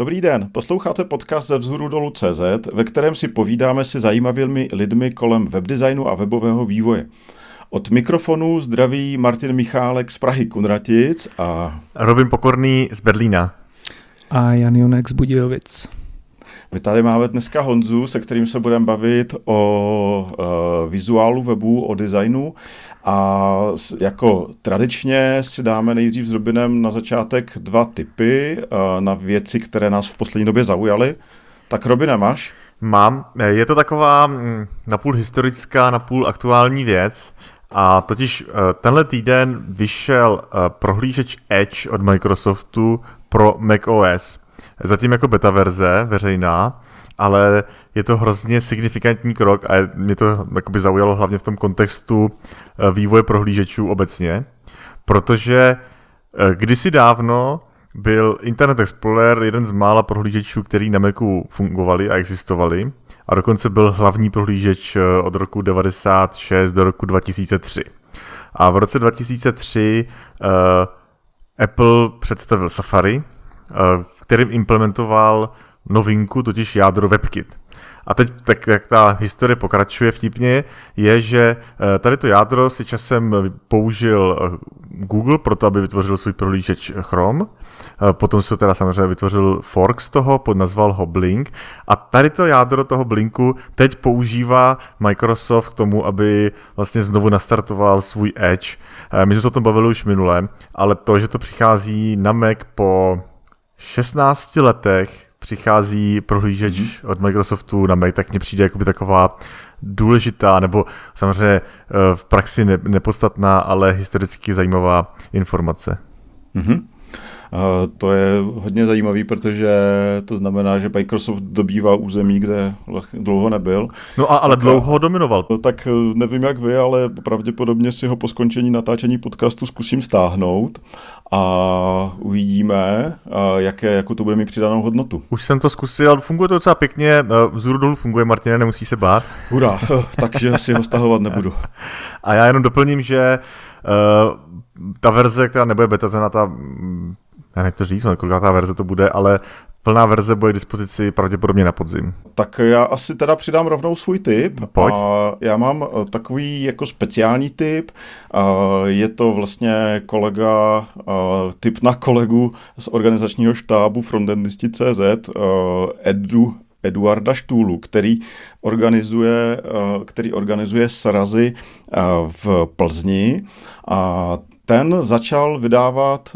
Dobrý den, posloucháte podcast ze vzhůrudolu.cz, ve kterém si povídáme se zajímavými lidmi kolem webdesignu a webového vývoje. Od mikrofonu zdraví Martin Michálek z Prahy Kunratic a Robin Pokorný z Berlína. A Jan Junek z Budějovic. My tady máme dneska Honzu, se kterým se budeme bavit o vizuálu webu, o designu. A jako tradičně si dáme nejdřív s Robinem na začátek 2 tipy na věci, které nás v poslední době zaujaly. Tak Robine, máš? Mám. Je to taková napůl historická, napůl aktuální věc. A totiž tenhle týden vyšel prohlížeč Edge od Microsoftu pro macOS. Zatím jako beta verze, veřejná, ale je to hrozně signifikantní krok a mě to jakoby zaujalo hlavně v tom kontextu vývoje prohlížečů obecně, protože kdysi dávno byl Internet Explorer jeden z mála prohlížečů, který na Macu fungovali a existovali, a dokonce byl hlavní prohlížeč od roku 1996 do roku 2003. A v roce 2003 Apple představil Safari, v kterém implementoval novinku, totiž jádro WebKit. A teď, tak jak ta historie pokračuje vtipně, je, že tady to jádro si časem použil Google pro to, aby vytvořil svůj prohlížeč Chrome. Potom si ho teda samozřejmě vytvořil fork z toho, nazval ho Blink. A tady to jádro toho Blinku teď používá Microsoft k tomu, aby vlastně znovu nastartoval svůj Edge. My jsme se o tom bavili už minule, ale to, že to přichází na Mac po 16 letech, přichází prohlížeč od Microsoftu na Mac, tak mně přijde jakoby taková důležitá, nebo samozřejmě v praxi nepodstatná, ale historicky zajímavá informace. Mm-hmm. To je hodně zajímavý, protože to znamená, že Microsoft dobývá území, kde dlouho nebyl. No ale dlouho dominoval. Tak nevím jak vy, ale pravděpodobně si ho po skončení natáčení podcastu zkusím stáhnout a uvidíme, jakou to bude mít přidanou hodnotu. Už jsem to zkusil, funguje to docela pěkně, vzhůru dolů funguje, Martine, nemusíš se bát. Hurá, takže si ho stahovat nebudu. A já jenom doplním, že ta verze, která nebude beta, já nechci to říct, kolikátá verze to bude, ale plná verze bude k dispozici pravděpodobně na podzim. Tak já asi teda přidám rovnou svůj tip. Pojď. Já mám takový jako speciální tip. Je to vlastně tip na kolegu z organizačního štábu frontendisti.cz, Eduarda Štůlu, který organizuje srazy v Plzni. A ten začal vydávat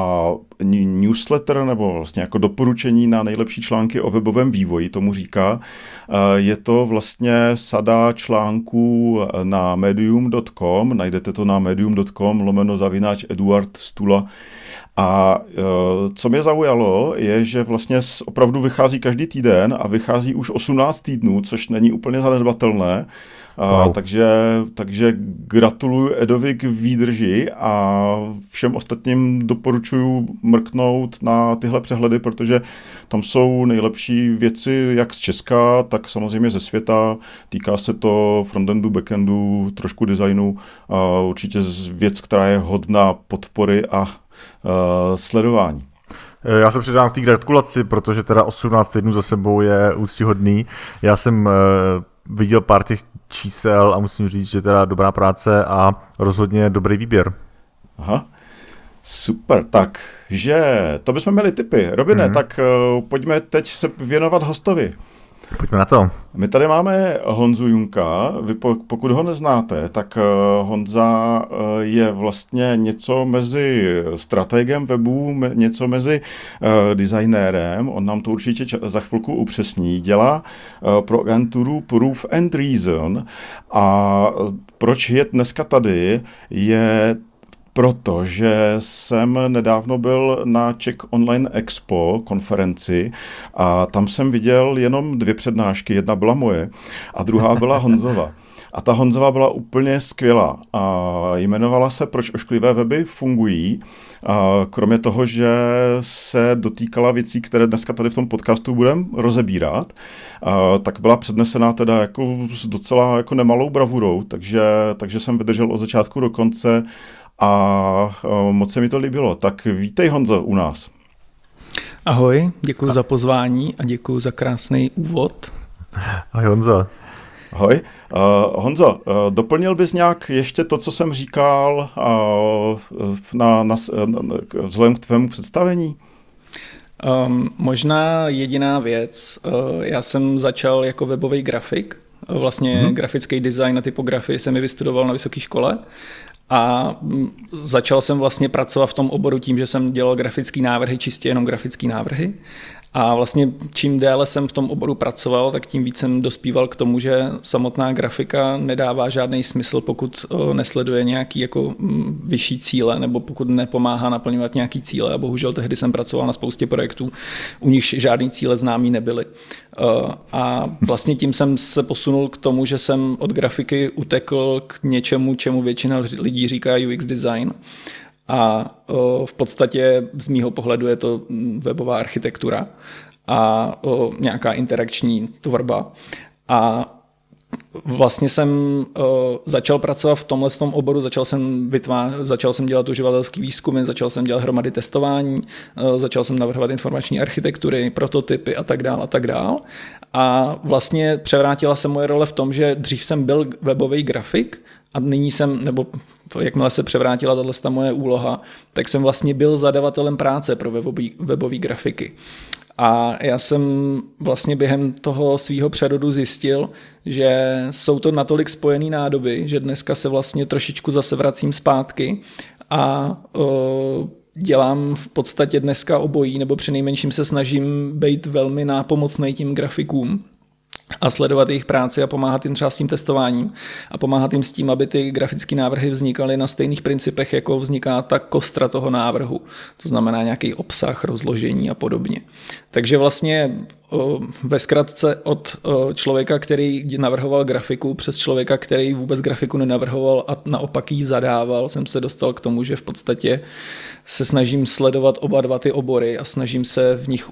newsletter nebo vlastně jako doporučení na nejlepší články o webovém vývoji, tomu říká. Je to vlastně sada článků na medium.com, najdete to na medium.com/Eduard Stula. A co mě zaujalo, je, že vlastně opravdu vychází každý týden a vychází už 18 týdnů, což není úplně zanedbatelné. Wow. Takže gratuluju Edovi k výdrži a všem ostatním doporučuji mrknout na tyhle přehledy, protože tam jsou nejlepší věci jak z Česka, tak samozřejmě ze světa. Týká se to frontendu, backendu, trošku designu. Určitě věc, která je hodná podpory a sledování. Já se přidám k té gratulaci, protože teda 18 týdnů za sebou je úctyhodný. Já jsem viděl pár těch čísel a musím říct, že teda dobrá práce a rozhodně dobrý výběr. Aha, super, takže to bychom měli tipy. Robine, tak pojďme teď se věnovat hostovi. Pojďme na to. My tady máme Honzu Junka. Vy pokud ho neznáte, tak Honza je vlastně něco mezi strategem webu, něco mezi designérem. On nám to určitě za chvilku upřesní. Dělá pro agenturu Proof and Reason. A proč je dneska tady, je protože jsem nedávno byl na Czech Online Expo konferenci a tam jsem viděl jenom 2 přednášky. Jedna byla moje a druhá byla Honzova. A ta Honzova byla úplně skvělá a jmenovala se Proč ošklivé weby fungují. A kromě toho, že se dotýkala věcí, které dneska tady v tom podcastu budeme rozebírat, tak byla přednesená teda jako s docela jako nemalou bravurou, takže jsem vydržel od začátku do konce a moc se mi to líbilo. Tak vítej, Honzo, u nás. Ahoj, děkuji za pozvání a děkuji za krásný úvod. Ahoj Honzo. Ahoj. Honzo, doplnil bys nějak ještě to, co jsem říkal vzhledem k tvému představení? Možná jediná věc. Já jsem začal jako webový grafik. Vlastně grafický design a typografii jsem vystudoval na vysoké škole. A začal jsem vlastně pracovat v tom oboru tím, že jsem dělal grafické návrhy, čistě jenom grafické návrhy. A vlastně čím déle jsem v tom oboru pracoval, tak tím víc jsem dospíval k tomu, že samotná grafika nedává žádný smysl, pokud nesleduje nějaký jako vyšší cíle nebo pokud nepomáhá naplňovat nějaký cíle. A bohužel tehdy jsem pracoval na spoustě projektů, u nich žádný cíle známý nebyly. A vlastně tím jsem se posunul k tomu, že jsem od grafiky utekl k něčemu, čemu většina lidí říká UX design. A v podstatě z mýho pohledu je to webová architektura a nějaká interakční tvorba. A vlastně jsem začal pracovat v tomhle oboru, začal jsem dělat uživatelský výzkumy, začal jsem dělat hromady testování, začal jsem navrhovat informační architektury, prototypy a tak dál. A vlastně převrátila se moje role v tom, že dřív jsem byl webový grafik a nyní jsem, nebo jakmile se převrátila tato moje úloha, tak jsem vlastně byl zadavatelem práce pro webové grafiky. A já jsem vlastně během toho svýho přerodu zjistil, že jsou to natolik spojený nádoby, že dneska se vlastně trošičku zase vracím zpátky a dělám v podstatě dneska obojí, nebo přinejmenším se snažím být velmi nápomocnej tím grafikům a sledovat jejich práci a pomáhat jim třeba s tím testováním a pomáhat jim s tím, aby ty grafické návrhy vznikaly na stejných principech, jako vzniká ta kostra toho návrhu. To znamená nějaký obsah, rozložení a podobně. Takže vlastně ve zkratce od člověka, který navrhoval grafiku, přes člověka, který vůbec grafiku nenavrhoval a naopak ji zadával, jsem se dostal k tomu, že v podstatě se snažím sledovat oba dva ty obory a snažím se v nich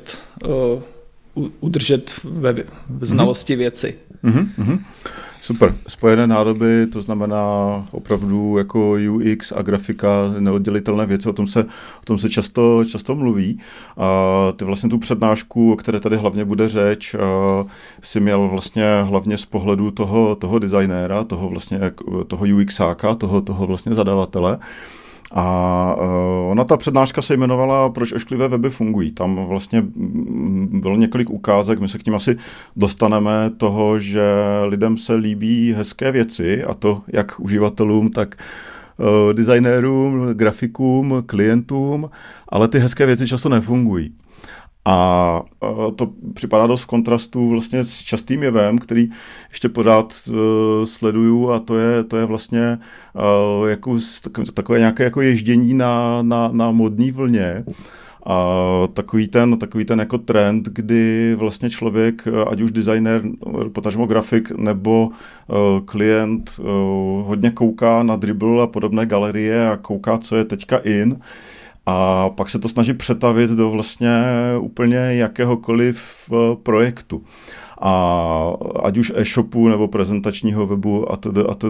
udržet ve znalosti věci. Super. Spojené nádoby, to znamená opravdu jako UX a grafika, neoddělitelné věci, o tom se často mluví. A ty vlastně tu přednášku, o které tady hlavně bude řeč, si měl vlastně hlavně z pohledu toho designéra, toho UXáka, toho vlastně zadavatele. A ona ta přednáška se jmenovala Proč ošklivé weby fungují. Tam vlastně bylo několik ukázek, my se k ním asi dostaneme toho, že lidem se líbí hezké věci, a to jak uživatelům, tak designérům, grafikům, klientům, ale ty hezké věci často nefungují. A to připadá dost v kontrastu vlastně s častým jevem, který ještě pořád sleduju, a to je vlastně jako takové nějaké jako ježdění na modní vlně. A takový ten jako trend, kdy vlastně člověk, ať už designer, potažmo grafik nebo klient, hodně kouká na Dribbble a podobné galerie a kouká, co je teďka in. A pak se to snaží přetavit do vlastně úplně jakéhokoliv projektu. A ať už e-shopu nebo prezentačního webu atd.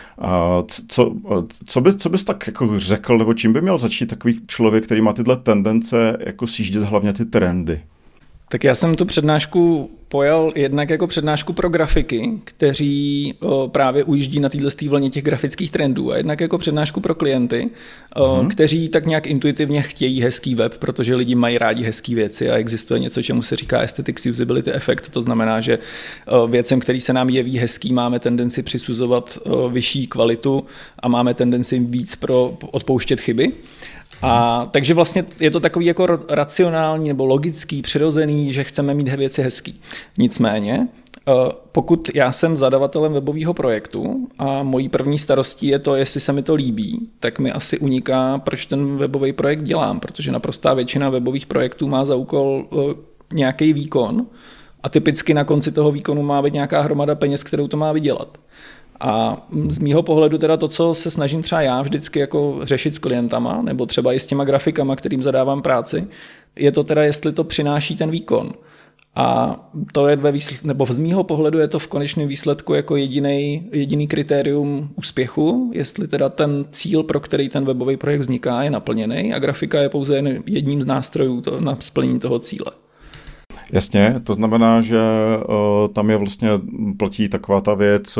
Co bys tak jako řekl, nebo čím by měl začít takový člověk, který má tyhle tendence jako sjíždět hlavně ty trendy? Tak já jsem tu přednášku pojal jednak jako přednášku pro grafiky, kteří právě ujíždí na této vlně těch grafických trendů, a jednak jako přednášku pro klienty, kteří tak nějak intuitivně chtějí hezký web, protože lidi mají rádi hezký věci a existuje něco, čemu se říká aesthetics usability effect. To znamená, že věcem, který se nám jeví hezký, máme tendenci přisuzovat vyšší kvalitu a máme tendenci víc odpouštět chyby. A takže vlastně je to takový jako racionální nebo logický, přirozený, že chceme mít věci hezký. Nicméně, pokud já jsem zadavatelem webového projektu a mojí první starostí je to, jestli se mi to líbí, tak mi asi uniká, proč ten webový projekt dělám, protože naprostá většina webových projektů má za úkol nějaký výkon a typicky na konci toho výkonu má být nějaká hromada peněz, kterou to má vydělat. A z mýho pohledu teda to, co se snažím třeba já vždycky jako řešit s klientama, nebo třeba i s těma grafikama, kterým zadávám práci, je to teda, jestli to přináší ten výkon. A to je nebo z mýho pohledu je to v konečném výsledku jako jediný kritérium úspěchu, jestli teda ten cíl, pro který ten webový projekt vzniká, je naplněný a grafika je pouze jedním z nástrojů na splnění toho cíle. Jasně, to znamená, že tam je vlastně platí taková ta věc,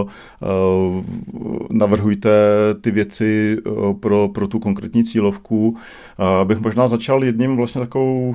navrhujte ty věci pro tu konkrétní cílovku. Bych možná začal jedním vlastně takovou,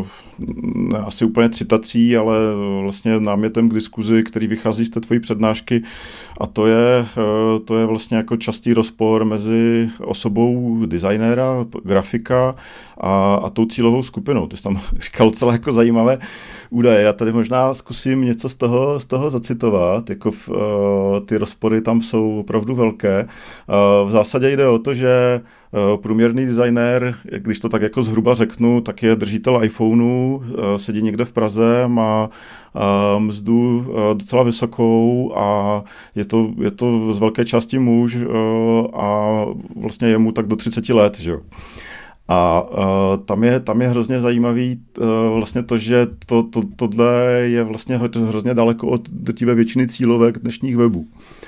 asi úplně citací, ale vlastně námětem k diskuzi, který vychází z té tvojí přednášky, a to je vlastně jako častý rozpor mezi osobou designéra, grafika a tou cílovou skupinou. Ty jsi tam říkal celé jako zajímavé údaje. Já tady možná zkusím něco z toho zacitovat. Jako ty rozpory tam jsou opravdu velké. V zásadě jde o to, že průměrný designér, když to tak jako zhruba řeknu, tak je držitel iPhoneu, sedí někde v Praze, má mzdu docela vysokou a je to z velké části muž a vlastně je mu tak do 30 let, že jo. A tam je hrozně zajímavý vlastně to, že tohle je vlastně hrozně daleko od drtivé většiny cílovek dnešních webů.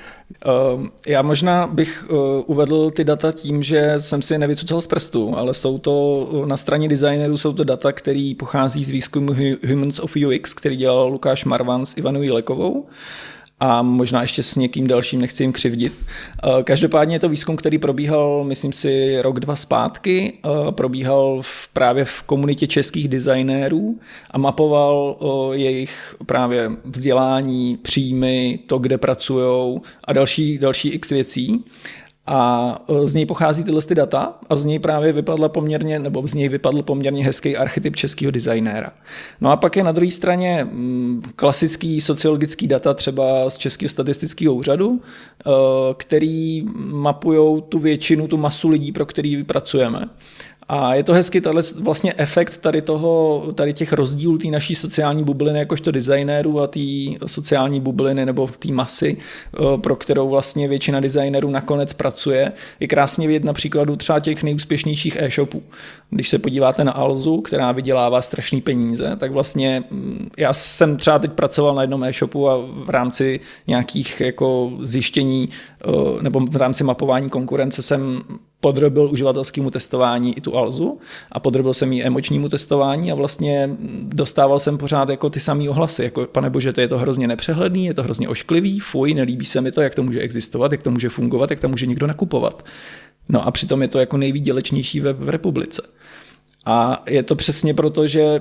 Já možná bych uvedl ty data tím, že jsem si je nevycucal z prstu, ale jsou to na straně designerů jsou to data, které pochází z výzkumu Humans of UX, který dělal Lukáš Marvan s Ivanou Jilekovou. A možná ještě s někým dalším, nechci jim křivdit. Každopádně je to výzkum, který probíhal, myslím si, rok, 2 zpátky. Probíhal právě v komunitě českých designérů a mapoval jejich právě vzdělání, příjmy, to, kde pracujou a další x věcí. A z něj pochází tyhle data a z něj právě vypadl poměrně hezký archetyp českého designéra. No a pak je na druhé straně klasický sociologický data třeba z Českého statistického úřadu, který mapujou tu masu lidí, pro který pracujeme. A je to hezky vlastně efekt tady těch rozdílů té naší sociální bubliny jakožto designérů a té sociální bubliny nebo té masy, pro kterou vlastně většina designérů nakonec pracuje, je krásně vidět na příkladu třeba těch nejúspěšnějších e-shopů. Když se podíváte na Alzu, která vydělává strašný peníze, tak vlastně já jsem třeba teď pracoval na jednom e-shopu a v rámci nějakých jako zjištění nebo v rámci mapování konkurence jsem podrobil uživatelskému testování i tu Alzu a podrobil jsem jí emočnímu testování a vlastně dostával jsem pořád jako ty samý ohlasy, jako pane bože, to je to hrozně nepřehledný, je to hrozně ošklivý, fuj, nelíbí se mi to, jak to může existovat, jak to může fungovat, jak to může někdo nakupovat. No a přitom je to jako nejvýdělečnější web v republice. A je to přesně proto, že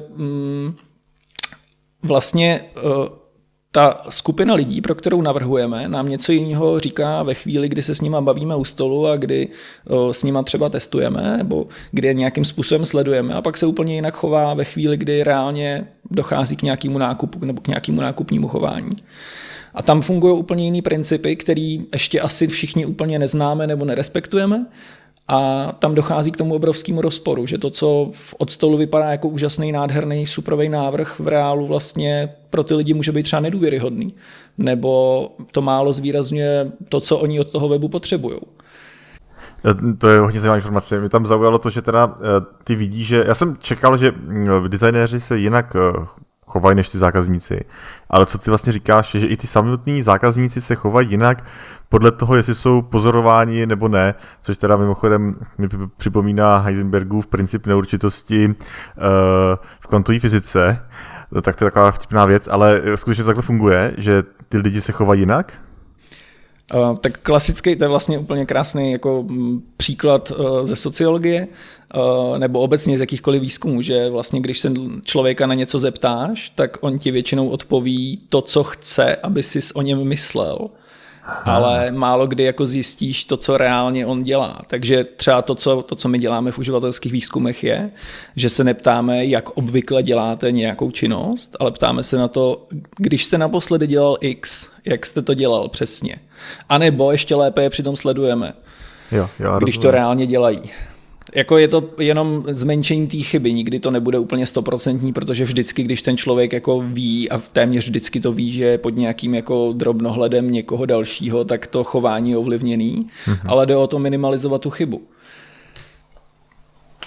vlastně ta skupina lidí, pro kterou navrhujeme, nám něco jiného říká ve chvíli, kdy se s nima bavíme u stolu a kdy s nima třeba testujeme nebo kdy je nějakým způsobem sledujeme a pak se úplně jinak chová ve chvíli, kdy reálně dochází k nějakému nákupu nebo k nějakému nákupnímu chování. A tam fungují úplně jiný principy, který ještě asi všichni úplně neznáme nebo nerespektujeme. A tam dochází k tomu obrovskému rozporu, že to, co od stolu vypadá jako úžasný, nádherný, suprovej návrh, v reálu vlastně pro ty lidi může být třeba nedůvěryhodný. Nebo to málo zvýrazňuje to, co oni od toho webu potřebují. To je hodně zajímavá informace. Mě tam zaujalo to, že teda ty vidíš, že já jsem čekal, že designéři se jinak chovají než ty zákazníci. Ale co ty vlastně říkáš, je, že i ty samotní zákazníci se chovají jinak podle toho, jestli jsou pozorováni nebo ne, což teda mimochodem mi připomíná Heisenbergův princip neurčitosti v kvantové fyzice. Tak to je taková vtipná věc, ale skutečně to takhle funguje, že ty lidi se chovají jinak? Tak klasický, to je vlastně úplně krásný jako příklad ze sociologie nebo obecně z jakýchkoliv výzkumů, že vlastně když se člověka na něco zeptáš, tak on ti většinou odpoví to, co chce, aby jsi o něm myslel. Aha. Ale málo kdy jako zjistíš to, co reálně on dělá. Takže třeba to, co my děláme v uživatelských výzkumech je, že se neptáme, jak obvykle děláte nějakou činnost, ale ptáme se na to, když jste naposledy dělal X, jak jste to dělal přesně. A nebo ještě lépe je přitom sledujeme, když to reálně dělají. Jako je to jenom zmenšení té chyby, nikdy to nebude úplně 100%, protože vždycky, když ten člověk jako ví a téměř vždycky to ví, že je pod nějakým jako drobnohledem někoho dalšího, tak to chování je ovlivněný, ale jde o to minimalizovat tu chybu.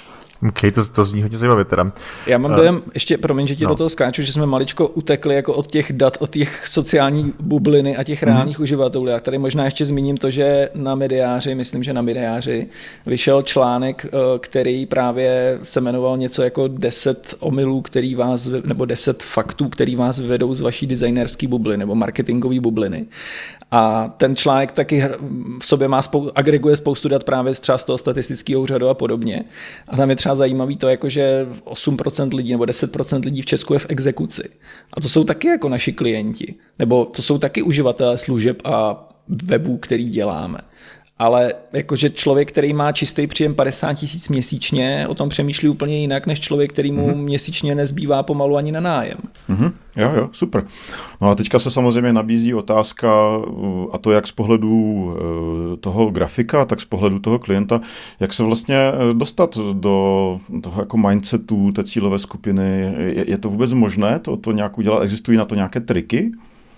OK, to zní hodně zajímavě teda. Já mám dojem, ještě, promiň, že ti do toho skáču, že jsme maličko utekli jako od těch dat, od těch sociální bubliny a těch reálných uživatelů. Já tady možná ještě zmíním to, že na Mediáři, myslím, že na Mediáři vyšel článek, který právě se jmenoval něco jako 10 omylů, nebo 10 faktů, který vás vyvedou z vaší designerské bubliny nebo marketingové bubliny. A ten článek taky v sobě agreguje spoustu dat právě třeba z toho statistického úřadu a podobně. A tam je třeba zajímavý to, jako že 8% lidí nebo 10% lidí v Česku je v exekuci. A to jsou taky jako naši klienti. Nebo to jsou taky uživatelé služeb a webů, který děláme. Ale jakože člověk, který má čistý příjem 50 000 měsíčně, o tom přemýšlí úplně jinak, než člověk, který mu měsíčně nezbývá pomalu ani na nájem. Jo, super. No a teďka se samozřejmě nabízí otázka, a to jak z pohledu toho grafika, tak z pohledu toho klienta, jak se vlastně dostat do toho jako mindsetu té cílové skupiny. Je to vůbec možné to nějak udělat? Existují na to nějaké triky?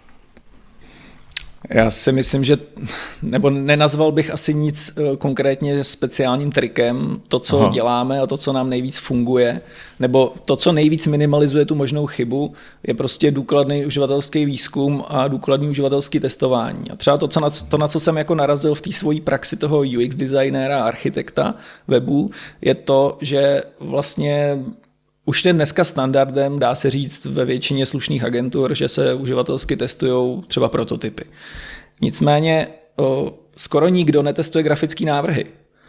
Já si myslím, že, nebo nenazval bych asi nic konkrétně speciálním trikem. To, co děláme a to, co nám nejvíc funguje, nebo to, co nejvíc minimalizuje tu možnou chybu, je prostě důkladný uživatelský výzkum a důkladný uživatelský testování. A třeba to, na co jsem jako narazil v té svojí praxi toho UX designéra a architekta webu, je to, že vlastně už je dneska standardem, dá se říct ve většině slušných agentur, že se uživatelsky testují třeba prototypy. Nicméně skoro nikdo netestuje grafické návrhy.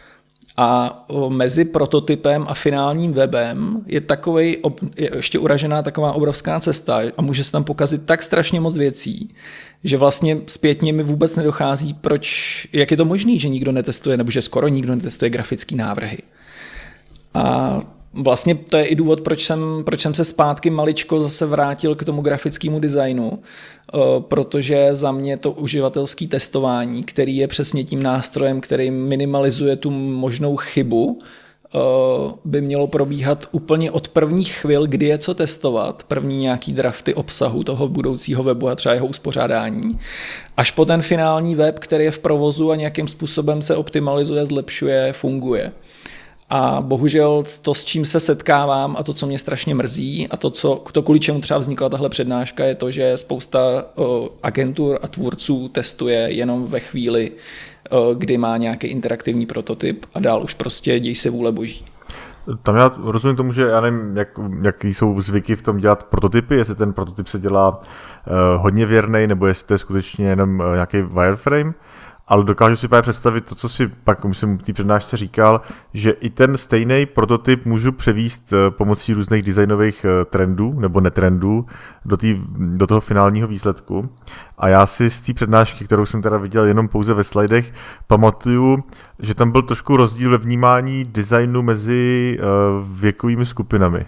A mezi prototypem a finálním webem je ještě uražená taková obrovská cesta a může se tam pokazit tak strašně moc věcí, že vlastně zpětně mi vůbec nedochází, jak je to možné, že nikdo netestuje, nebo že skoro nikdo netestuje grafické návrhy. A vlastně to je i důvod, proč jsem se zpátky maličko zase vrátil k tomu grafickému designu, protože za mě to uživatelské testování, který je přesně tím nástrojem, který minimalizuje tu možnou chybu, by mělo probíhat úplně od prvních chvil, kdy je co testovat, první nějaký drafty obsahu toho budoucího webu a třeba jeho uspořádání, až po ten finální web, který je v provozu a nějakým způsobem se optimalizuje, zlepšuje, funguje. A bohužel to, s čím se setkávám a to, co mě strašně mrzí a to kvůli čemu třeba vznikla tahle přednáška, je to, že spousta agentur a tvůrců testuje jenom ve chvíli, kdy má nějaký interaktivní prototyp a dál už prostě děj se vůle boží. Tam já rozumím tomu, že já nevím, jaký jsou zvyky v tom dělat prototypy, jestli ten prototyp se dělá hodně věrnej, nebo jestli to je skutečně jenom nějaký wireframe. Ale dokážu si právě představit to, co si pak myslím v té přednášce říkal, že i ten stejný prototyp můžu převést pomocí různých designových trendů nebo netrendů do toho finálního výsledku. A já si z té přednášky, kterou jsem teda viděl jenom pouze ve slidech, pamatuju, že tam byl trošku rozdíl ve vnímání designu mezi věkovými skupinami.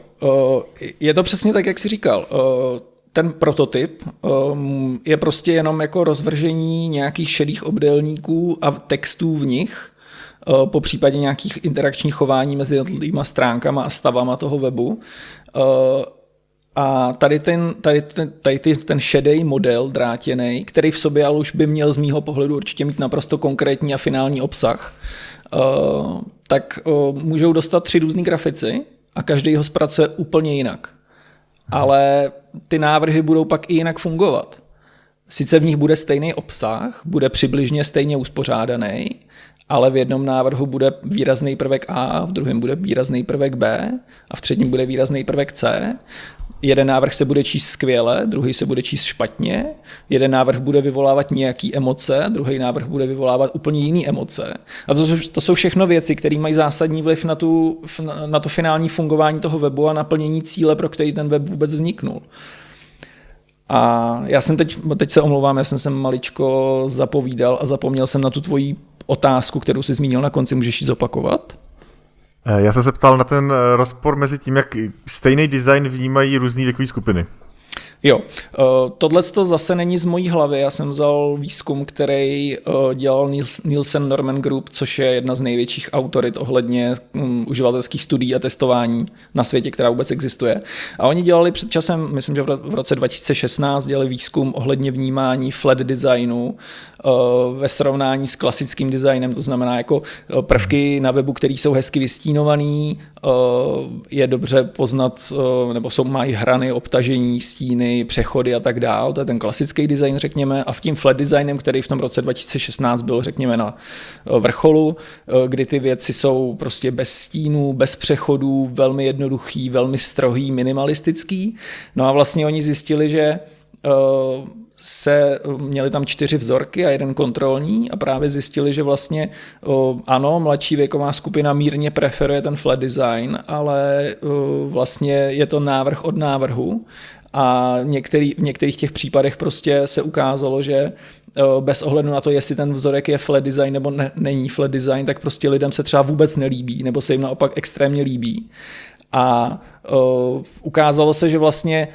Je to přesně tak, jak jsi říkal. Ten prototyp je prostě jenom jako rozvržení nějakých šedých obdélníků a textů v nich, po případě nějakých interakčních chování mezi jednotlivými stránkama a stavama toho webu. A tady ten šedý model drátěnej, který v sobě ale už by měl z mýho pohledu určitě mít naprosto konkrétní a finální obsah, tak můžou dostat 3 různý grafici a každý ho zpracuje úplně jinak. Ale ty návrhy budou pak i jinak fungovat. Sice v nich bude stejný obsah, bude přibližně stejně uspořádaný, ale v jednom návrhu bude výrazný prvek A, v druhém bude výrazný prvek B a v třetím bude výrazný prvek C. Jeden návrh se bude číst skvěle, druhý se bude číst špatně, jeden návrh bude vyvolávat nějaký emoce, druhý návrh bude vyvolávat úplně jiný emoce. A to jsou všechno věci, které mají zásadní vliv na to finální fungování toho webu a naplnění cíle, pro který ten web vůbec vzniknul. A já jsem teď se omlouvám, já jsem se maličko zapovídal a zapomněl jsem na tu tvoji otázku, kterou jsi zmínil na konci, můžeš ji zopakovat? Já jsem se ptal na ten rozpor mezi tím, jak stejný design vnímají různý věkové skupiny. Jo, tohleto zase není z mojí hlavy. Já jsem vzal výzkum, který dělal Nielsen Norman Group, což je jedna z největších autorit ohledně uživatelských studií a testování na světě, která vůbec existuje. A oni dělali před časem, myslím, že v roce 2016 dělali výzkum ohledně vnímání flat designu ve srovnání s klasickým designem, to znamená jako prvky na webu, které jsou hezky vystínovaný, je dobře poznat, nebo mají hrany, obtažení, stíny, přechody a tak dál. To je ten klasický design, řekněme, a v tím flat designem, který v tom roce 2016 byl, řekněme, na vrcholu, kdy ty věci jsou prostě bez stínů, bez přechodů, velmi jednoduchý, velmi strohý, minimalistický. No a vlastně oni zjistili, že měli tam 4 vzorky a 1 kontrolní a právě zjistili, že vlastně ano, mladší věková skupina mírně preferuje ten flat design, ale vlastně je to návrh od návrhu a v některých těch případech prostě se ukázalo, že bez ohledu na to, jestli ten vzorek je flat design nebo není flat design, tak prostě lidem se třeba vůbec nelíbí nebo se jim naopak extrémně líbí. A ukázalo se, že vlastně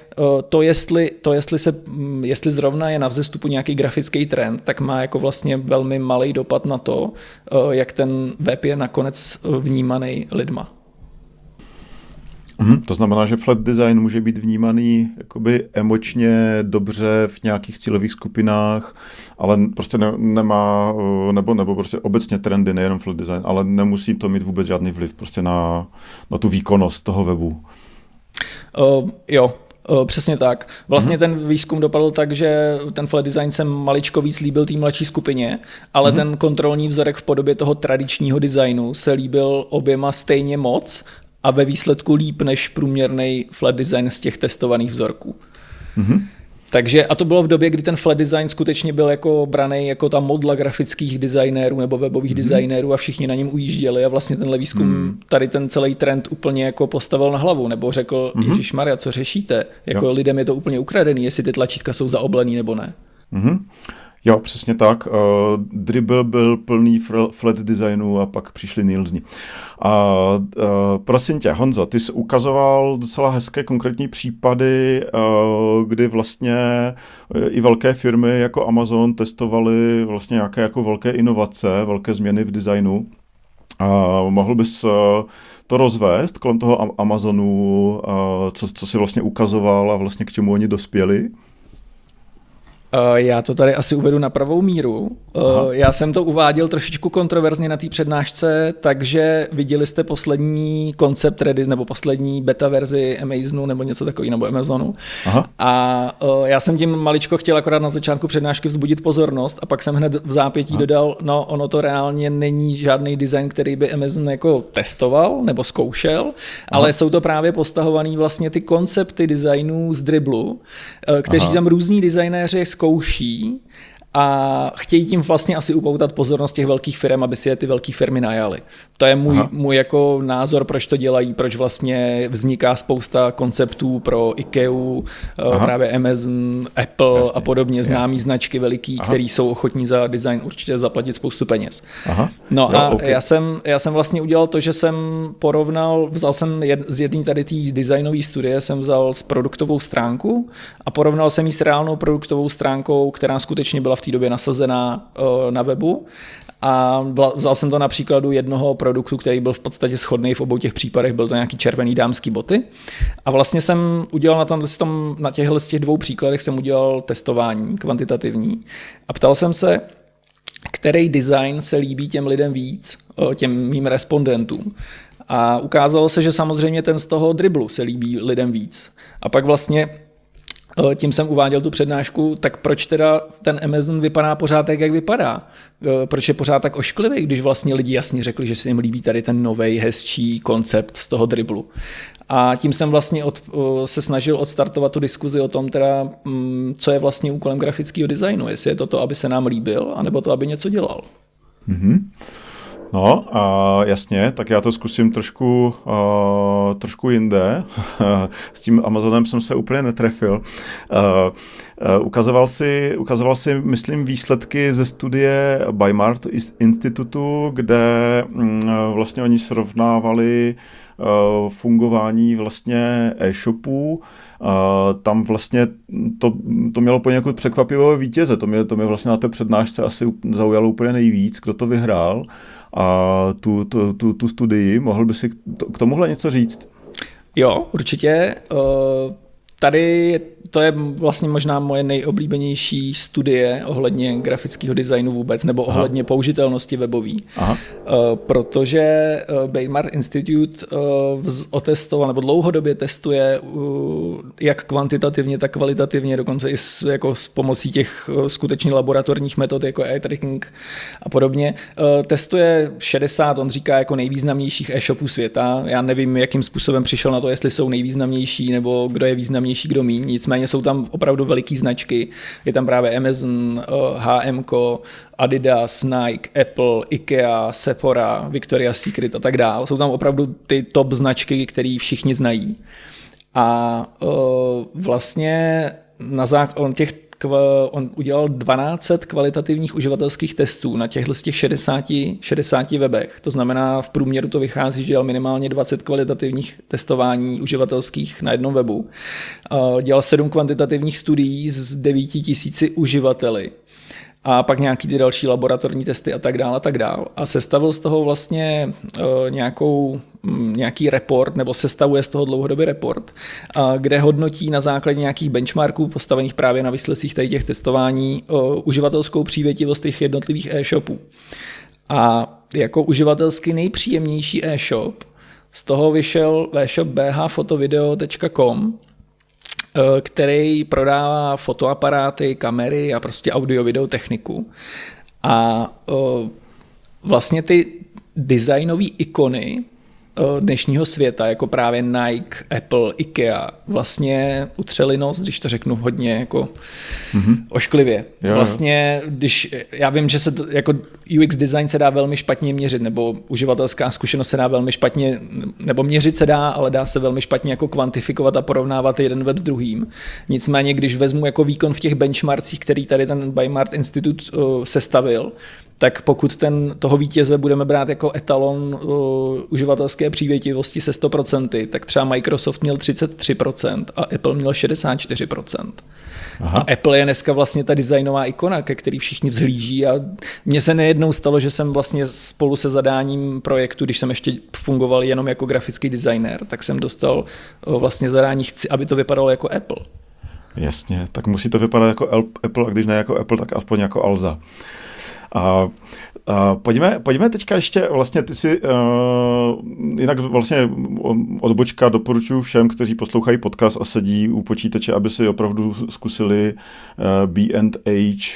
jestli zrovna je na vzestupu nějaký grafický trend, tak má jako vlastně velmi malý dopad na to, jak ten web je nakonec vnímaný lidma. To znamená, že flat design může být vnímaný jakoby emočně dobře v nějakých cílových skupinách, ale prostě nemá, nebo prostě obecně trendy, nejenom flat design, ale nemusí to mít vůbec žádný vliv prostě na tu výkonnost toho webu. Jo, přesně tak. Vlastně ten výzkum dopadl tak, že ten flat design se maličko víc líbil té mladší skupině, ale ten kontrolní vzorek v podobě toho tradičního designu se líbil oběma stejně moc a ve výsledku líp než průměrný flat design z těch testovaných vzorků. Takže, a to bylo v době, kdy ten flat design skutečně byl jako braný jako ta modla grafických designérů nebo webových designérů a všichni na něm ujížděli a vlastně tenhle výzkum tady ten celý trend úplně jako postavil na hlavu nebo řekl, Ježišmarja, co řešíte? Jako lidem je to úplně ukradený, jestli ty tlačítka jsou zaoblený nebo ne. Jo, přesně tak. Dribbble byl plný flat designu a pak přišli Nielsen. Prosím tě, Honzo, ty jsi ukazoval docela hezké konkrétní případy, kdy vlastně i velké firmy jako Amazon testovaly vlastně nějaké jako velké inovace, velké změny v designu. Mohl bys to rozvést kolem toho Amazonu, co si vlastně ukazoval a vlastně k čemu oni dospěli? Já to tady asi uvedu na pravou míru. Já jsem to uváděl trošičku kontroverzně na té přednášce, takže viděli jste poslední koncept Ready nebo poslední beta verzi Amazonu nebo něco takového, nebo Amazonu. A já jsem tím maličko chtěl akorát na začátku přednášky vzbudit pozornost a pak jsem hned v zápětí dodal, no ono to reálně není žádný design, který by Amazon jako testoval nebo zkoušel, ale jsou to právě postahovaný vlastně ty koncepty designů z Dribblu, kteří tam různí designéři zkouší a chtějí tím vlastně asi upoutat pozornost těch velkých firm, aby si je ty velké firmy najaly. To je můj jako názor, proč to dělají, proč vlastně vzniká spousta konceptů pro IKEA, právě Amazon, Apple a podobně známý značky veliký, který jsou ochotní za design určitě zaplatit spoustu peněz. Já jsem vlastně udělal to, že jsem vzal jsem z jedné tady té designové studie, jsem vzal z produktovou stránku a porovnal jsem ji s reálnou produktovou stránkou, která skutečně byla v té době nasazená na webu. A vzal jsem to na příkladu jednoho produktu, který byl v podstatě shodný v obou těch případech, byl to nějaký červený dámský boty. A vlastně jsem udělal na těchto z těch 2 příkladech jsem udělal testování kvantitativní a ptal jsem se, který design se líbí těm lidem víc, těm mým respondentům. A ukázalo se, že samozřejmě ten z toho Dribblu se líbí lidem víc. A pak vlastně tím jsem uváděl tu přednášku, tak proč teda ten Amazon vypadá pořád tak, jak vypadá? Proč je pořád tak ošklivý, když vlastně lidi jasně řekli, že se jim líbí tady ten novej, hezčí koncept z toho Dribblu. A tím jsem vlastně se snažil odstartovat tu diskuzi o tom, teda, co je vlastně úkolem grafického designu. Jestli je to, aby se nám líbil, anebo to, aby něco dělal. No a jasně, tak já to zkusím trošku jinde. S tím Amazonem jsem se úplně netrefil. Ukazoval si, myslím, výsledky ze studie Bimart Institutu, kde vlastně oni srovnávali fungování vlastně e-shopů. Tam vlastně to mělo poněkud překvapivého vítěze. To mě vlastně na té přednášce asi zaujalo úplně nejvíc, kdo to vyhrál. A tu studii, mohl by si k tomuhle něco říct? Jo, určitě. Tady to je vlastně možná moje nejoblíbenější studie ohledně grafického designu vůbec, nebo ohledně použitelnosti webový. Protože Bayard Institute otestoval, nebo dlouhodobě testuje jak kvantitativně, tak kvalitativně, dokonce i s pomocí těch skutečně laboratorních metod, jako eye tracking a podobně. Testuje 60, on říká, jako nejvýznamnějších e-shopů světa. Já nevím, jakým způsobem přišel na to, jestli jsou nejvýznamnější, nebo kdo je významnější, kdo míň. Nicméně jsou tam opravdu veliký značky. Je tam právě Amazon, H&M, Adidas, Nike, Apple, IKEA, Sephora, Victoria's Secret a tak dále. Jsou tam opravdu ty top značky, které všichni znají. A vlastně on udělal 1200 kvalitativních uživatelských testů na těchto z těch 60 webech. To znamená, v průměru to vychází, že dělal minimálně 20 kvalitativních testování uživatelských na jednom webu. Dělal 7 kvantitativních studií s 9000 uživateli. A pak nějaký ty další laboratorní testy a tak dále. A sestavil z toho vlastně nějaký report, nebo sestavuje z toho dlouhodobý report, kde hodnotí na základě nějakých benchmarků postavených právě na výsledcích těch testování uživatelskou přívětivost těch jednotlivých e-shopů. A jako uživatelsky nejpříjemnější e-shop z toho vyšel e-shop bhfotovideo.com, který prodává fotoaparáty, kamery a prostě audio-video techniku. A vlastně ty designové ikony dnešního světa, jako právě Nike, Apple, IKEA, vlastně utřeli nos, když to řeknu hodně jako ošklivě. Vlastně, já vím, že se to, jako UX design se dá velmi špatně měřit, nebo uživatelská zkušenost se dá velmi špatně, nebo měřit se dá, ale dá se velmi špatně jako kvantifikovat a porovnávat jeden web s druhým. Nicméně, když vezmu jako výkon v těch benchmarkcích, který tady ten Bayard Institute sestavil, tak pokud toho vítěze budeme brát jako etalon uživatelské přívětivosti se 100%, tak třeba Microsoft měl 33% a Apple měl 64%. Aha. A Apple je dneska vlastně ta designová ikona, ke který všichni vzhlíží, a mně se nejednou stalo, že jsem vlastně spolu se zadáním projektu, když jsem ještě fungoval jenom jako grafický designer, tak jsem dostal vlastně zadání, chci, aby to vypadalo jako Apple. Jasně, tak musí to vypadat jako Apple, a když ne jako Apple, tak aspoň jako Alza. Pojďme teďka ještě, vlastně ty si, jinak vlastně odbočka doporučuji všem, kteří poslouchají podcast a sedí u počítače, aby si opravdu zkusili B&H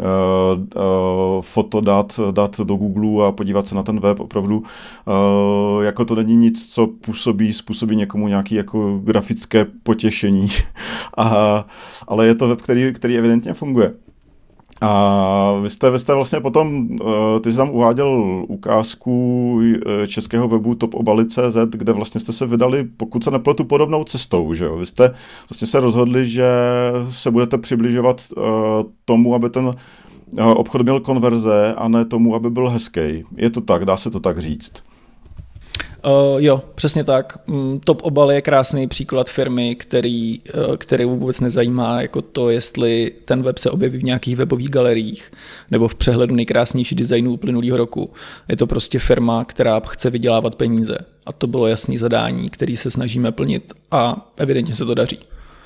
foto dát do Google a podívat se na ten web. Opravdu jako to není nic, co způsobí někomu nějaké jako grafické potěšení, ale je to web, který evidentně funguje. A vy jste vlastně potom, ty jsi tam uváděl ukázku českého webu topobaly.cz, kde vlastně jste se vydali, pokud se nepletu, podobnou cestou, že jo? Vy jste vlastně se rozhodli, že se budete přibližovat tomu, aby ten obchod měl konverze, a ne tomu, aby byl hezký. Je to tak, dá se to tak říct? Jo, přesně tak. Top Obal je krásný příklad firmy, který vůbec nezajímá jako to, jestli ten web se objeví v nějakých webových galeriích nebo v přehledu nejkrásnější designů uplynulého roku. Je to prostě firma, která chce vydělávat peníze. A to bylo jasný zadání, který se snažíme plnit, a evidentně se to daří.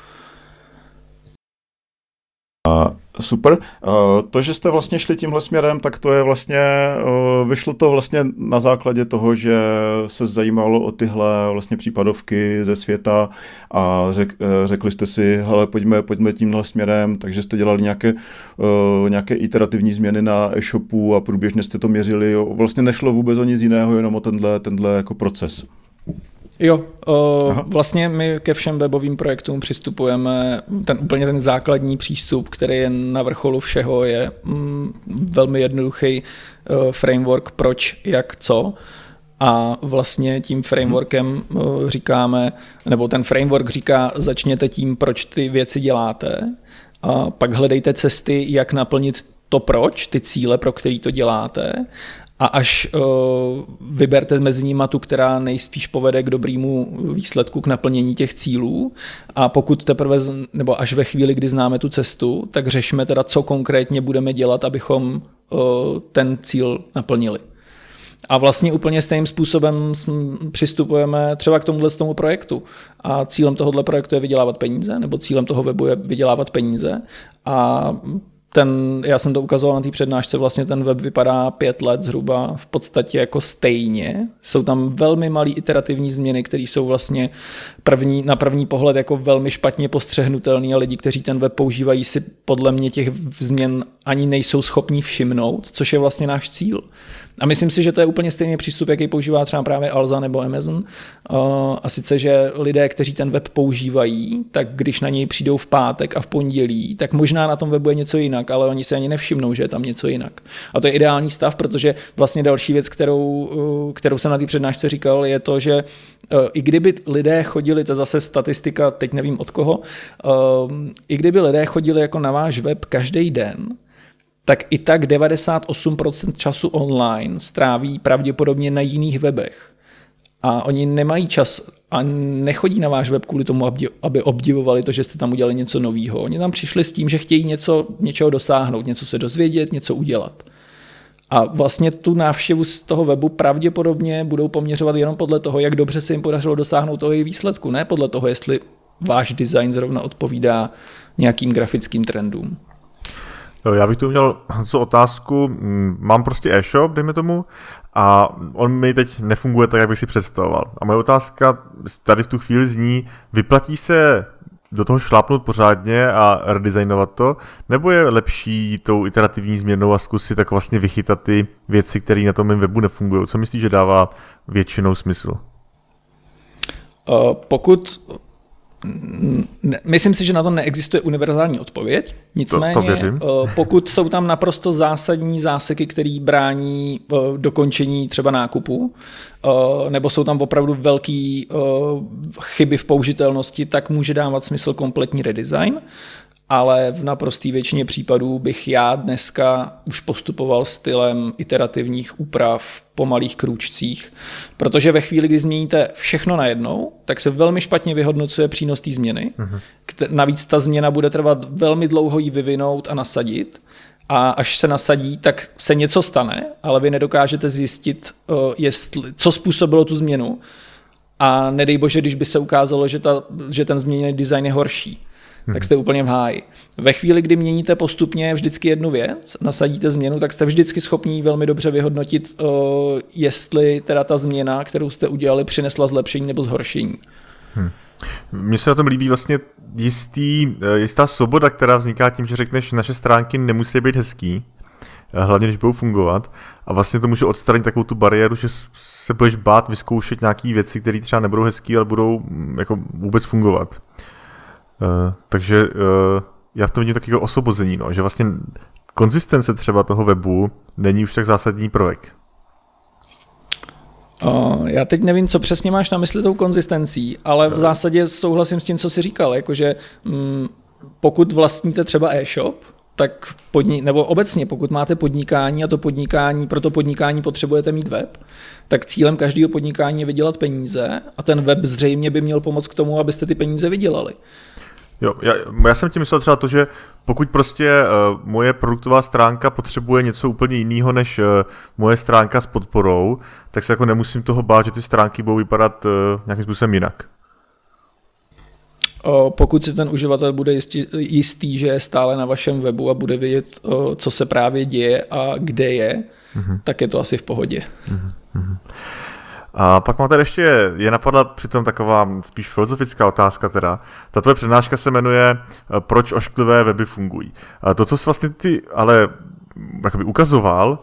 Super. To, že jste vlastně šli tímhle směrem, tak to je vlastně, vyšlo to vlastně na základě toho, že se zajímalo o tyhle vlastně případovky ze světa a řekli jste si, hele, pojďme tímhle směrem, takže jste dělali nějaké iterativní změny na e-shopu a průběžně jste to měřili. Vlastně nešlo vůbec o nic jiného, jenom o tenhle jako proces. Jo, vlastně my ke všem webovým projektům přistupujeme, ten základní přístup, který je na vrcholu všeho, je velmi jednoduchý framework proč, jak, co. A vlastně tím frameworkem říkáme, nebo ten framework říká, začněte tím, proč ty věci děláte, a pak hledejte cesty, jak naplnit to proč, ty cíle, pro který to děláte, a až vyberte mezi nimi tu, která nejspíš povede k dobrému výsledku, k naplnění těch cílů, a pokud teprve, nebo až ve chvíli, kdy známe tu cestu, tak řešme teda, co konkrétně budeme dělat, abychom ten cíl naplnili. A vlastně úplně stejným způsobem přistupujeme třeba k tomu projektu. A cílem tohohle projektu je vydělávat peníze, nebo cílem toho webu je vydělávat peníze. A já jsem to ukazoval na té přednášce, vlastně ten web vypadá 5 let zhruba v podstatě jako stejně. Jsou tam velmi malé iterativní změny, které jsou vlastně na první pohled jako velmi špatně postřehnutelné, a lidi, kteří ten web používají, si podle mě těch změn ani nejsou schopní všimnout, což je vlastně náš cíl. A myslím si, že to je úplně stejný přístup, jaký používá třeba právě Alza nebo Amazon. A sice, že lidé, kteří ten web používají, tak když na něj přijdou v pátek a v pondělí, tak možná na tom webu je něco jinak, ale oni si ani nevšimnou, že je tam něco jinak. A to je ideální stav, protože vlastně další věc, kterou jsem na té přednášce říkal, je to, že i kdyby lidé chodili, to je zase statistika, teď nevím od koho, i kdyby lidé chodili jako na váš web každý den, tak i tak 98% času online stráví pravděpodobně na jiných webech. A oni nemají čas a nechodí na váš web kvůli tomu, aby obdivovali to, že jste tam udělali něco nového. Oni tam přišli s tím, že chtějí něčeho dosáhnout, něco se dozvědět, něco udělat. A vlastně tu návštěvu z toho webu pravděpodobně budou poměřovat jenom podle toho, jak dobře se jim podařilo dosáhnout toho jejich výsledku, ne podle toho, jestli váš design zrovna odpovídá nějakým grafickým trendům. Já bych tu měl otázku, mám prostě e-shop, dejme tomu, a on mi teď nefunguje tak, jak bych si představoval. A moje otázka tady v tu chvíli zní, vyplatí se do toho šlápnout pořádně a redesignovat to, nebo je lepší tou iterativní změnou a zkusit tak vlastně vychytat ty věci, které na tom mém webu nefungují? Co myslíš, že dává většinou smysl? Myslím si, že na to neexistuje univerzální odpověď, nicméně pokud jsou tam naprosto zásadní záseky, které brání dokončení třeba nákupu, nebo jsou tam opravdu velké chyby v použitelnosti, tak může dávat smysl kompletní redesign, ale v naprosté většině případů bych já dneska už postupoval stylem iterativních úprav po malých krůčcích, protože ve chvíli, kdy změníte všechno najednou, tak se velmi špatně vyhodnocuje přínos té změny. Navíc ta změna bude trvat velmi dlouho ji vyvinout a nasadit, a až se nasadí, tak se něco stane, ale vy nedokážete zjistit, co způsobilo tu změnu, a nedej bože, když by se ukázalo, že ten změněný design je horší, tak jste úplně v háji. Ve chvíli, kdy měníte postupně vždycky jednu věc, nasadíte změnu, tak jste vždycky schopní velmi dobře vyhodnotit, jestli teda ta změna, kterou jste udělali, přinesla zlepšení nebo zhoršení. Mně se na tom líbí vlastně jistá svoboda, která vzniká tím, že řekneš, naše stránky nemusí být hezký, hlavně když budou fungovat, a vlastně to může odstranit takovou tu bariéru, že se budeš bát vyzkoušet nějaké věci, které třeba nebudou hezký, ale budou jako vůbec fungovat. Takže já v tom vidím takového osvobození, že vlastně konzistence třeba toho webu není už tak zásadní prvek. Já teď nevím, co přesně máš na mysli tou konzistencí, ale v zásadě souhlasím s tím, co jsi říkal, jakože pokud vlastníte třeba e-shop, tak nebo obecně, pokud máte podnikání a pro to podnikání potřebujete mít web, tak cílem každého podnikání je vydělat peníze a ten web zřejmě by měl pomoct k tomu, abyste ty peníze vydělali. Jo, já jsem tím myslel třeba to, že pokud prostě moje produktová stránka potřebuje něco úplně jiného než moje stránka s podporou, tak se jako nemusím toho bát, že ty stránky budou vypadat nějakým způsobem jinak. Pokud si ten uživatel bude jistý, že je stále na vašem webu a bude vědět, co se právě děje a kde je, tak je to asi v pohodě. A pak mám tady ještě, je napadla přitom taková spíš filozofická otázka teda. Ta tvoje přednáška se jmenuje Proč ošklivé weby fungují. To, co jsi vlastně ty ale jakoby ukazoval,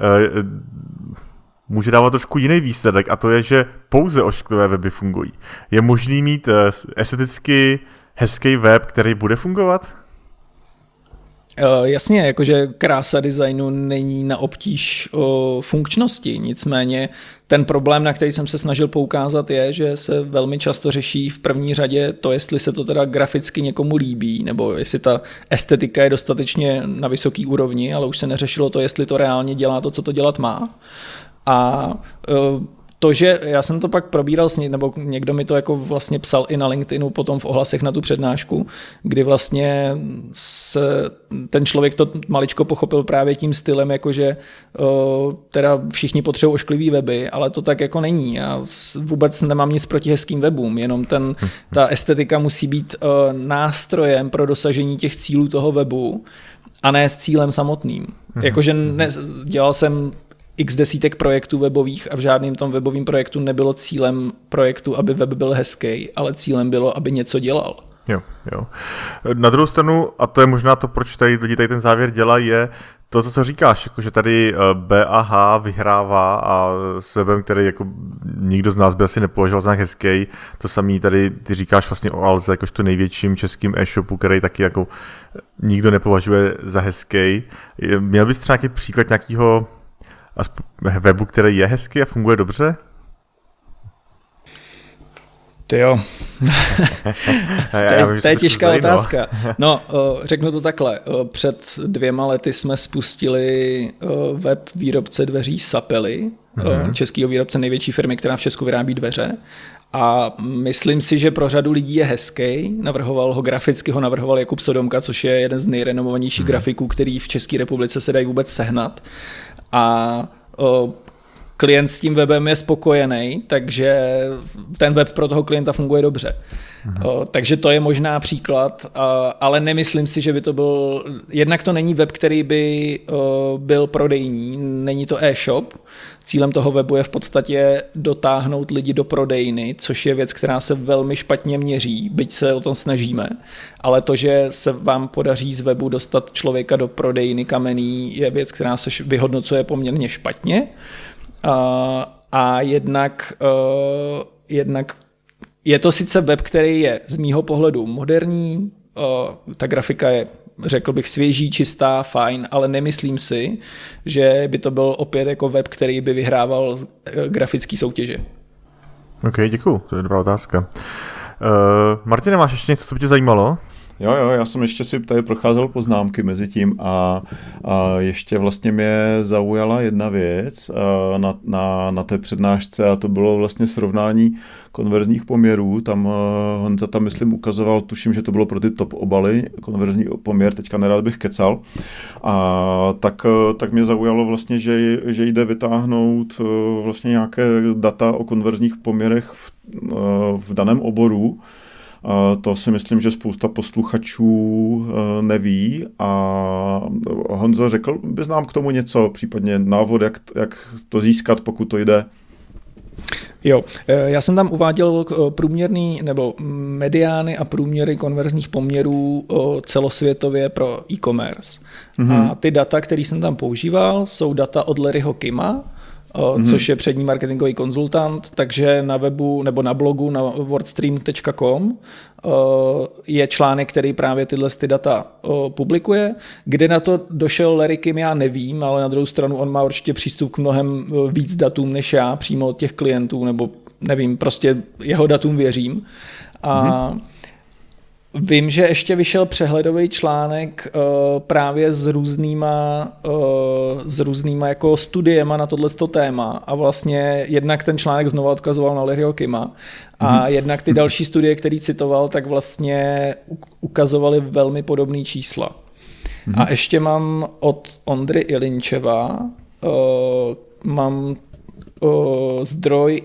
může dávat trošku jiný výsledek, a to je, že pouze ošklivé weby fungují. Je možný mít esteticky hezký web, který bude fungovat? Jasně, jakože krása designu není na obtíž funkčnosti, nicméně ten problém, na který jsem se snažil poukázat, je, že se velmi často řeší v první řadě to, jestli se to teda graficky někomu líbí, nebo jestli ta estetika je dostatečně na vysoký úrovni, ale už se neřešilo to, jestli to reálně dělá to, co to dělat má. A to, že já jsem to pak probíral s nebo někdo mi to jako vlastně psal i na LinkedInu potom v ohlasech na tu přednášku, kdy vlastně ten člověk to maličko pochopil právě tím stylem, jakože teda všichni potřebují ošklivý weby, ale to tak jako není. Já vůbec nemám nic proti hezkým webům, jenom ta estetika musí být nástrojem pro dosažení těch cílů toho webu a ne s cílem samotným. Jakože dělal jsem x desítek projektů webových a v žádném tom webovém projektu nebylo cílem projektu, aby web byl hezký, ale cílem bylo, aby něco dělal. Jo. Na druhou stranu, a to je možná to, proč tady lidi tady ten závěr dělají, je to, co říkáš, jako že tady BAH vyhrává a s webem, který jako nikdo z nás by asi nepovažoval za hezký. To samý tady ty říkáš vlastně o Alze, jakožto největším českým e-shopu, který taky jako nikdo nepovažuje za hezký. Měl bys třeba nějaký příklad nějakého webu, který je hezký a funguje dobře? Jo. To je těžká otázka. No, řeknu to takhle. Před 2 lety jsme spustili web výrobce dveří Sapely, českého výrobce největší firmy, která v Česku vyrábí dveře. A myslím si, že pro řadu lidí je hezký. Graficky ho navrhoval Jakub Sodomka, což je jeden z nejrenomovanějších grafiků, který v České republice se dají vůbec sehnat. A klient s tím webem je spokojený, takže ten web pro toho klienta funguje dobře. Takže to je možná příklad, ale nemyslím si, že by to byl... Jednak to není web, který by byl prodejní, není to e-shop. Cílem toho webu je v podstatě dotáhnout lidi do prodejny, což je věc, která se velmi špatně měří, byť se o tom snažíme. Ale to, že se vám podaří z webu dostat člověka do prodejny kamenný, je věc, která se vyhodnocuje poměrně špatně. A jednak je to sice web, který je z mýho pohledu moderní, ta grafika je, řekl bych, svěží, čistá, fajn, ale nemyslím si, že by to byl opět jako web, který by vyhrával grafické soutěže. OK, děkuju, to je dobrá otázka. Martine, máš ještě něco, co by tě zajímalo? Jo, já jsem ještě si tady procházel poznámky mezi tím a ještě vlastně mě zaujala jedna věc na té přednášce a to bylo vlastně srovnání konverzních poměrů. Tam Honza tam, myslím, ukazoval, tuším, že to bylo pro ty top obaly, konverzní poměr, teďka nerad bych kecal. A tak mě zaujalo vlastně, že jde vytáhnout vlastně nějaké data o konverzních poměrech v daném oboru. To si myslím, že spousta posluchačů neví a Honzo, řekl bys nám k tomu něco, případně návod, jak to získat, pokud to jde? Jo, já jsem tam uváděl průměrný nebo mediány a průměry konverzních poměrů celosvětově pro e-commerce. A ty data, které jsem tam používal, jsou data od Larryho Kima, což je přední marketingový konzultant, takže na webu nebo na blogu na wordstream.com je článek, který právě tyhle data publikuje. Kde na to došel Larry Kim, já nevím, ale na druhou stranu on má určitě přístup k mnohem víc datům než já, přímo od těch klientů, nebo nevím, prostě jeho datům věřím. A vím, že ještě vyšel přehledový článek právě s různýma jako studiema na tohleto téma a vlastně jednak ten článek znovu odkazoval na Larryho Kima a jednak ty další studie, který citoval, tak vlastně ukazovaly velmi podobné čísla. A ještě mám od Ondry Ilinčeva zdroj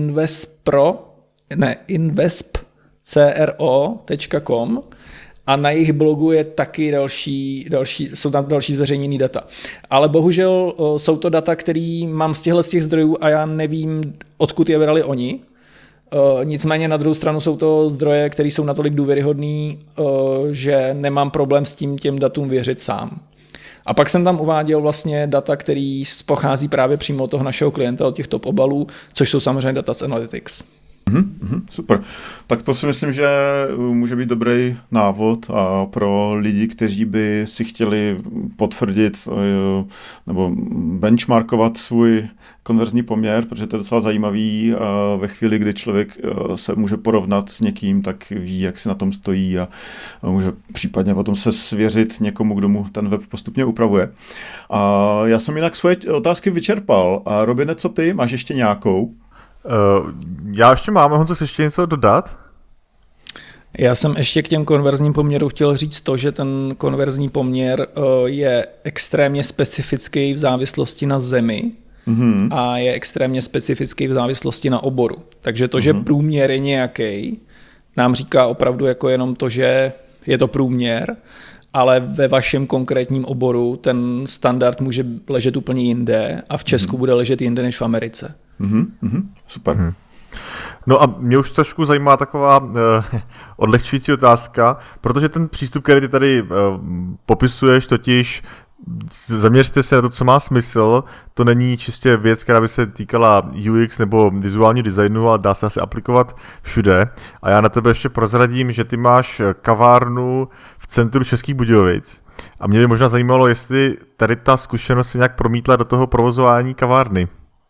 investcro.com a na jejich blogu je taky jsou tam další zveřejněný data. Ale bohužel jsou to data, které mám z těch zdrojů a já nevím, odkud je brali oni. Nicméně na druhou stranu jsou to zdroje, které jsou natolik důvěryhodný, že nemám problém s tím těm datům věřit sám. A pak jsem tam uváděl vlastně data, který pochází právě přímo od toho našeho klienta, od těch top obalů, což jsou samozřejmě data z Analytics. Super. Tak to si myslím, že může být dobrý návod a pro lidi, kteří by si chtěli potvrdit nebo benchmarkovat svůj konverzní poměr, protože to je docela zajímavý a ve chvíli, kdy člověk se může porovnat s někým, tak ví, jak si na tom stojí a může případně potom se svěřit někomu, kdo mu ten web postupně upravuje. A já jsem jinak svoje otázky vyčerpal. A Robine, co ty? Máš ještě nějakou? Já ještě mám, Honzo, chceš ještě něco dodat? Já jsem ještě k těm konverzním poměrům chtěl říct to, že ten konverzní poměr je extrémně specifický v závislosti na zemi a je extrémně specifický v závislosti na oboru. Takže to, že průměr je nějaký, nám říká opravdu jako jenom to, že je to průměr, ale ve vašem konkrétním oboru ten standard může ležet úplně jinde a v Česku bude ležet jinde než v Americe. Super. No a mě už trošku zajímá taková odlehčující otázka, protože ten přístup, který ty tady popisuješ, totiž zaměřte se na to, co má smysl, to není čistě věc, která by se týkala UX nebo vizuálního designu, ale dá se asi aplikovat všude. A já na tebe ještě prozradím, že ty máš kavárnu v centru Českých Budějovic. A mě by možná zajímalo, jestli tady ta zkušenost se nějak promítla do toho provozování kavárny.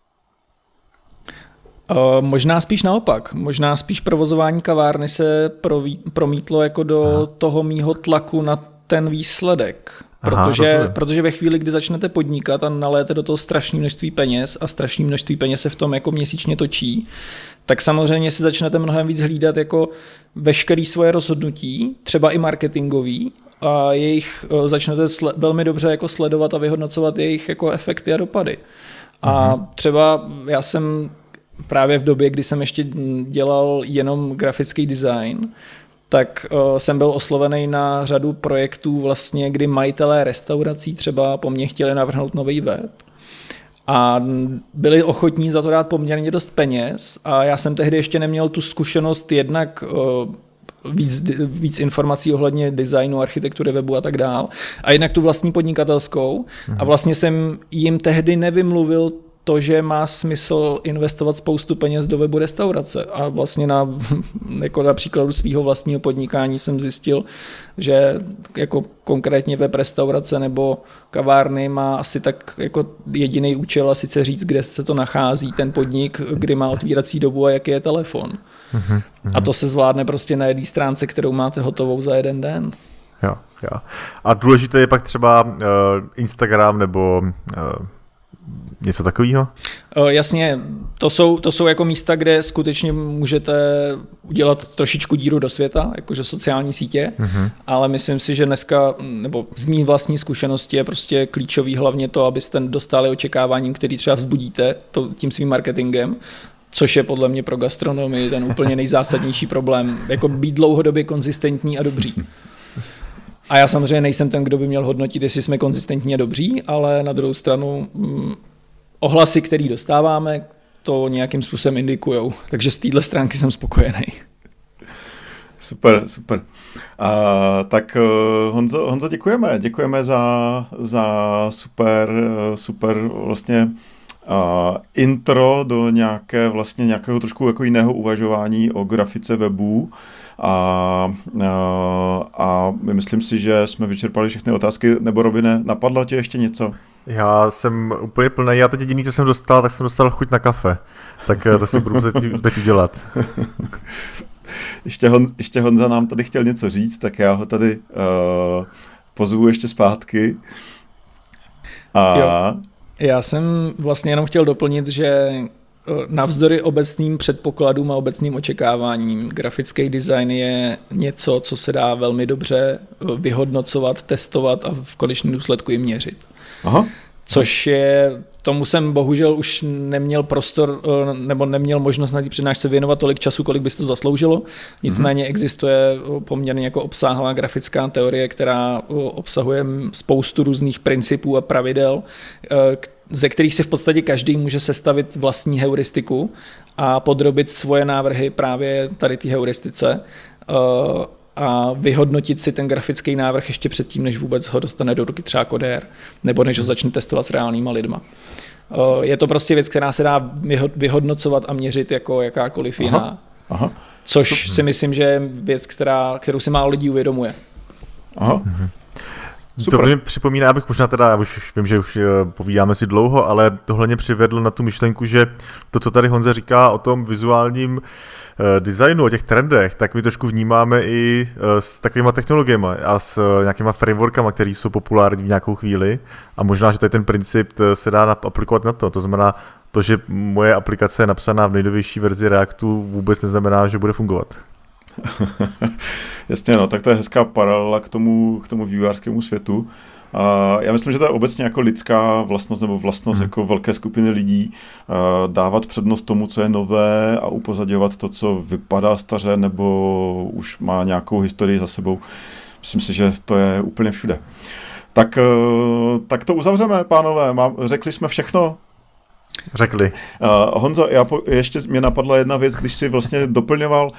Možná spíš naopak. Možná spíš provozování kavárny se promítlo jako do toho mýho tlaku na ten výsledek. Protože ve chvíli, kdy začnete podnikat a naléte do toho strašné množství peněz a strašné množství peněz se v tom jako měsíčně točí, tak samozřejmě si začnete mnohem víc hlídat jako veškeré svoje rozhodnutí, třeba i marketingový, a jejich začnete velmi dobře jako sledovat a vyhodnocovat jejich jako efekty a dopady. A třeba já jsem právě v době, kdy jsem ještě dělal jenom grafický design, tak jsem byl oslovený na řadu projektů, vlastně, kdy majitelé restaurací třeba po mně chtěli navrhnout nový web. A byli ochotní za to dát poměrně dost peněz a já jsem tehdy ještě neměl tu zkušenost jednak víc informací ohledně designu, architektury webu a tak dál. A jednak tu vlastní podnikatelskou. A vlastně jsem jim tehdy nevymluvil to, že má smysl investovat spoustu peněz do webu restaurace. A vlastně jako na příkladu svého vlastního podnikání jsem zjistil, že jako konkrétně web restaurace nebo kavárny má asi tak jako jediný účel a sice říct, kde se to nachází, ten podnik, kdy má otvírací dobu a jaký je telefon. A to se zvládne prostě na jedné stránce, kterou máte hotovou za jeden den. Jo. A důležité je pak třeba Instagram nebo něco takového? Jasně, to jsou jako místa, kde skutečně můžete udělat trošičku díru do světa, jakože sociální sítě, ale myslím si, že dneska, nebo z mých vlastní zkušenosti je prostě klíčový hlavně to, abyste dostali očekáváním, který třeba vzbudíte tím svým marketingem, což je podle mě pro gastronomii ten úplně nejzásadnější problém, jako být dlouhodobě konzistentní a dobří. A já samozřejmě nejsem ten, kdo by měl hodnotit, jestli jsme konzistentně dobří, ale na druhou stranu ohlasy, které dostáváme, to nějakým způsobem indikujou. Takže z téhle stránky jsem spokojený. Super. Tak Honzo, děkujeme. Děkujeme za super vlastně intro do nějakého trošku jako jiného uvažování o grafice webů. A myslím si, že jsme vyčerpali všechny otázky. Nebo Robine, napadlo tě ještě něco? Já jsem úplně plný. Já teď jediný, co jsem dostal, tak jsem dostal chuť na kafe. Tak to si budu teď udělat. Ještě Honza nám tady chtěl něco říct, tak já ho tady pozvu ještě zpátky. Jo. Já jsem vlastně jenom chtěl doplnit, že navzdory obecným předpokladům a obecným očekáváním grafický design je něco, co se dá velmi dobře vyhodnocovat, testovat a v konečném důsledku i měřit. Aha. Což je, tomu jsem bohužel už neměl prostor nebo neměl možnost na té přednášce věnovat tolik času, kolik by se to zasloužilo. Nicméně existuje poměrně jako obsáhlá grafická teorie, která obsahuje spoustu různých principů a pravidel, ze kterých si v podstatě každý může sestavit vlastní heuristiku a podrobit svoje návrhy právě tady té heuristice a vyhodnotit si ten grafický návrh ještě předtím, než vůbec ho dostane do ruky třeba kodér, nebo než ho začne testovat s reálnýma lidma. Je to prostě věc, která se dá vyhodnocovat a měřit jako jakákoliv jiná. Aha. Což si myslím, že je věc, kterou si málo lidí uvědomuje. Aha. Super. To mě připomíná, abych možná teda, já už vím, že už povídáme si dlouho, ale tohle mě přivedlo na tu myšlenku, že to, co tady Honza říká o tom vizuálním designu, o těch trendech, tak my trošku vnímáme i s takovýma technologiemi a s nějakýma frameworkama, které jsou populární v nějakou chvíli a možná, že tady ten princip se dá aplikovat na to. To znamená, to, že moje aplikace je napsaná v nejnovější verzi Reactu, vůbec neznamená, že bude fungovat. Jasně, no, tak to je hezká paralela k tomu vývojářskému světu. Já myslím, že to je obecně jako lidská vlastnost nebo vlastnost jako velké skupiny lidí dávat přednost tomu, co je nové a upozadňovat to, co vypadá staře nebo už má nějakou historii za sebou. Myslím si, že to je úplně všude. Tak to uzavřeme, pánové. Řekli jsme všechno? Řekli. Honzo, ještě mě napadla jedna věc, když jsi vlastně doplňoval,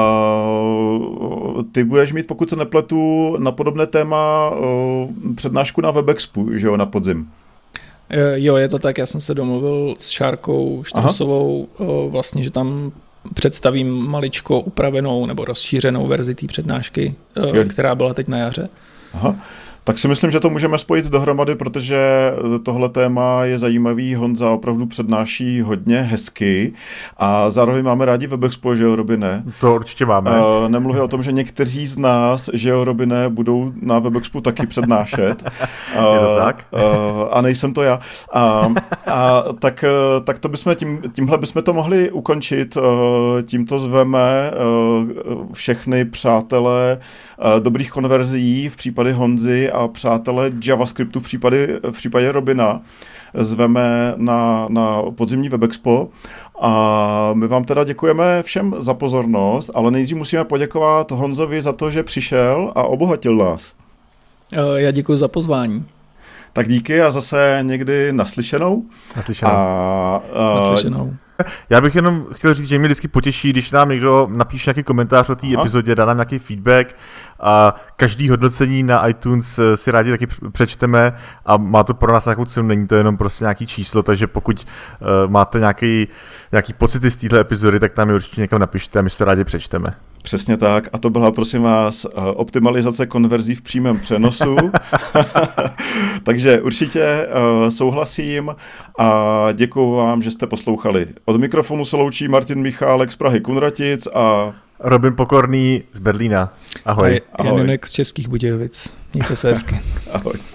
ty budeš mít, pokud se nepletu, na podobné téma přednášku na WebExpu, že jo, na podzim. Jo, je to tak, já jsem se domluvil s Šárkou Štrusovou, vlastně, že tam představím maličko upravenou nebo rozšířenou verzi té přednášky, která byla teď na jaře. Aha. Tak si myslím, že to můžeme spojit dohromady, protože tohle téma je zajímavý. Honza opravdu přednáší hodně hezky a zároveň máme rádi WebExpo, že jo, Robine? To určitě máme. Nemluví o tom, že někteří z nás, že jo, Robine, budou na WebExpo taky přednášet. Je to tak? A nejsem to já. Tak to tímhle bychom to mohli ukončit. Tímto zveme všechny přátelé dobrých konverzí v případě Honzy a přátelé JavaScriptu v případě Robina zveme na podzimní WebExpo a my vám teda děkujeme všem za pozornost, ale nejdřív musíme poděkovat Honzovi za to, že přišel a obohatil nás. Já děkuji za pozvání. Tak díky a zase někdy naslyšenou. Naslyšenou. Já bych jenom chtěl říct, že mě vždycky potěší, když nám někdo napíše nějaký komentář o té epizodě, dá nám nějaký feedback a každý hodnocení na iTunes si rádi taky přečteme a má to pro nás nějakou cenu, není to jenom prostě nějaký číslo, takže pokud máte nějaký pocity z téhle epizody, tak tam je určitě někam napište a my se rádi přečteme. Přesně tak a to byla, prosím vás, optimalizace konverzí v přímém přenosu. Takže určitě souhlasím a děkuju vám, že jste poslouchali. Od mikrofonu se loučí Martin Michálek z Prahy Kunratic a Robin Pokorný z Berlína. Ahoj. A Janinek z Českých Budějovic. Mějte se hezky. Ahoj.